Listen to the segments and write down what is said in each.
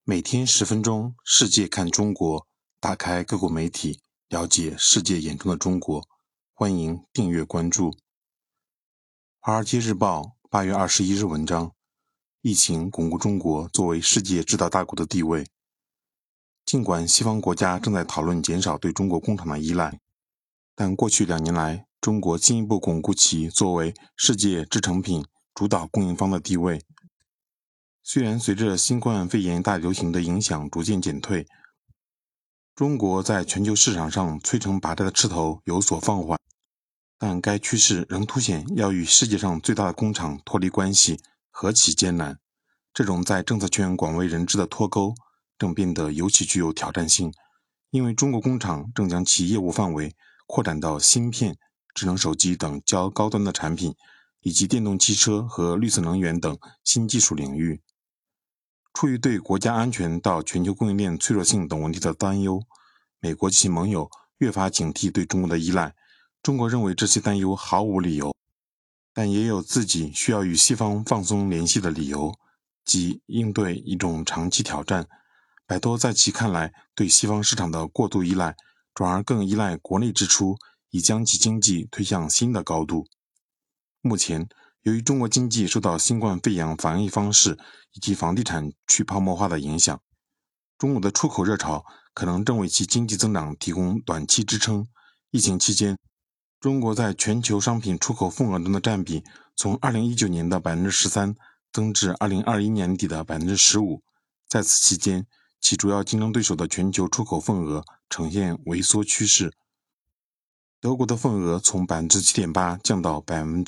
每天10分钟，世界看中国，打开各国媒体，了解世界眼中的中国。欢迎订阅关注。《华尔街日报》8月21日文章：疫情巩固中国作为世界制造大国的地位。尽管西方国家正在讨论减少对中国工厂的依赖，但过去2年来，中国进一步巩固其作为世界制成品主导供应方的地位。虽然随着新冠肺炎大流行的影响逐渐减退，中国在全球市场上摧城拔寨的势头有所放缓，但该趋势仍凸显要与世界上最大的工厂脱离关系何其艰难。这种在政策圈广为人知的脱钩正变得尤其具有挑战性，因为中国工厂正将其业务范围扩展到芯片、智能手机等较高端的产品，以及电动汽车和绿色能源等新技术领域。出于对国家安全到全球供应链脆弱性等问题的担忧，美国及其盟友越发警惕对中国的依赖。中国认为这些担忧毫无理由，但也有自己需要与西方放松联系的理由，即应对一种长期挑战，摆脱在其看来对西方市场的过度依赖，转而更依赖国内支出，以将其经济推向新的高度。目前，由于中国经济受到新冠肺炎防疫方式以及房地产去泡沫化的影响，中国的出口热潮可能正为其经济增长提供短期支撑。疫情期间，中国在全球商品出口份额中的占比从2019年的 13% 增至2021年底的 15%。在此期间，其主要竞争对手的全球出口份额呈现萎缩趋势。德国的份额从 7.8% 降到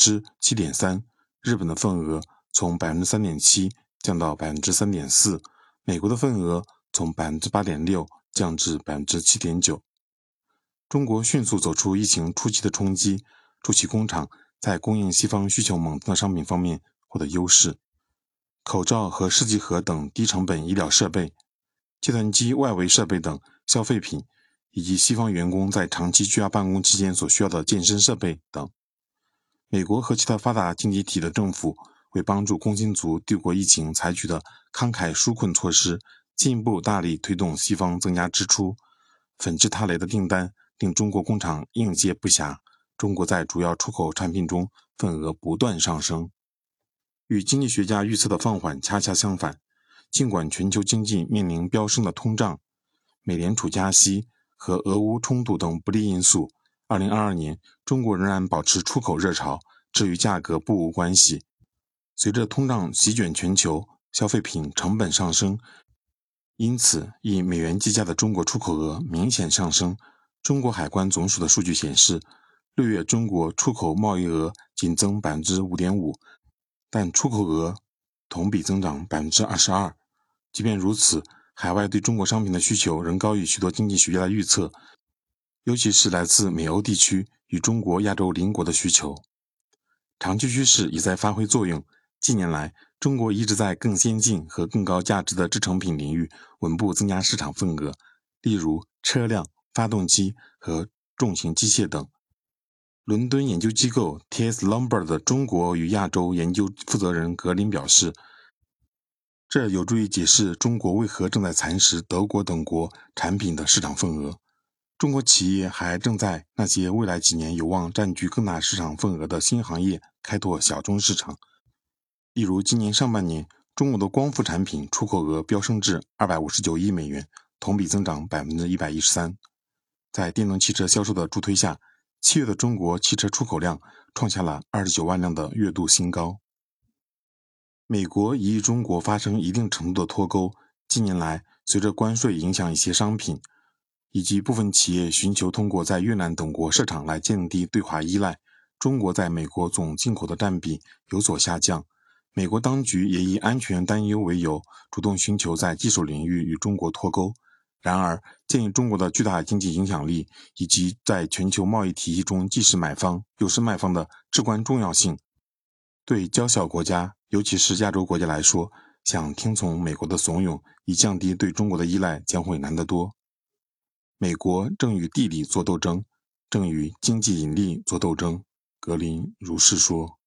7.3%， 日本的份额从 3.7% 降到 3.4%， 美国的份额从 8.6% 降至 7.9%。中国迅速走出疫情初期的冲击，助其工厂在供应西方需求猛增的商品方面获得优势。口罩和试剂盒等低成本医疗设备、计算机外围设备等消费品，以及西方员工在长期居家办公期间所需要的健身设备等。美国和其他发达经济体的政府为帮助工薪族度过疫情采取的慷慨纾困措施，进一步大力推动西方增加支出。纷至沓来的订单令中国工厂应接不暇，中国在主要出口产品中份额不断上升。与经济学家预测的放缓恰恰相反，尽管全球经济面临飙升的通胀、美联储加息和俄乌冲突等不利因素，2022年中国仍然保持出口热潮，这与价格不无关系。随着通胀席卷全球，消费品成本上升，因此以美元计价的中国出口额明显上升。中国海关总署的数据显示，6月中国出口贸易额仅增 5.5%， 但出口额同比增长 22%。 即便如此，海外对中国商品的需求仍高于许多经济学家的预测，尤其是来自美欧地区与中国亚洲邻国的需求。长期趋势已在发挥作用，近年来中国一直在更先进和更高价值的制成品领域稳步增加市场份额，例如车辆、发动机和重型机械等。伦敦研究机构 T.S. Lombard 的中国与亚洲研究负责人格林表示，这有助于解释中国为何正在蚕食德国等国产品的市场份额。中国企业还正在那些未来几年有望占据更大市场份额的新行业开拓小众市场。例如今年上半年，中国的光伏产品出口额飙升至259亿美元，同比增长 113%。 在电动汽车销售的助推下，7月的中国汽车出口量创下了29万辆的月度新高。美国已与中国发生一定程度的脱钩，近年来随着关税影响一些商品，以及部分企业寻求通过在越南等国设厂来降低对华依赖，中国在美国总进口的占比有所下降。美国当局也以安全担忧为由，主动寻求在技术领域与中国脱钩。然而，鉴于中国的巨大经济影响力以及在全球贸易体系中既是买方又是卖方的至关重要性，对较小国家，尤其是亚洲国家来说，想听从美国的怂恿以降低对中国的依赖将会难得多。美国正与地理做斗争，正与经济引力做斗争，格林如是说。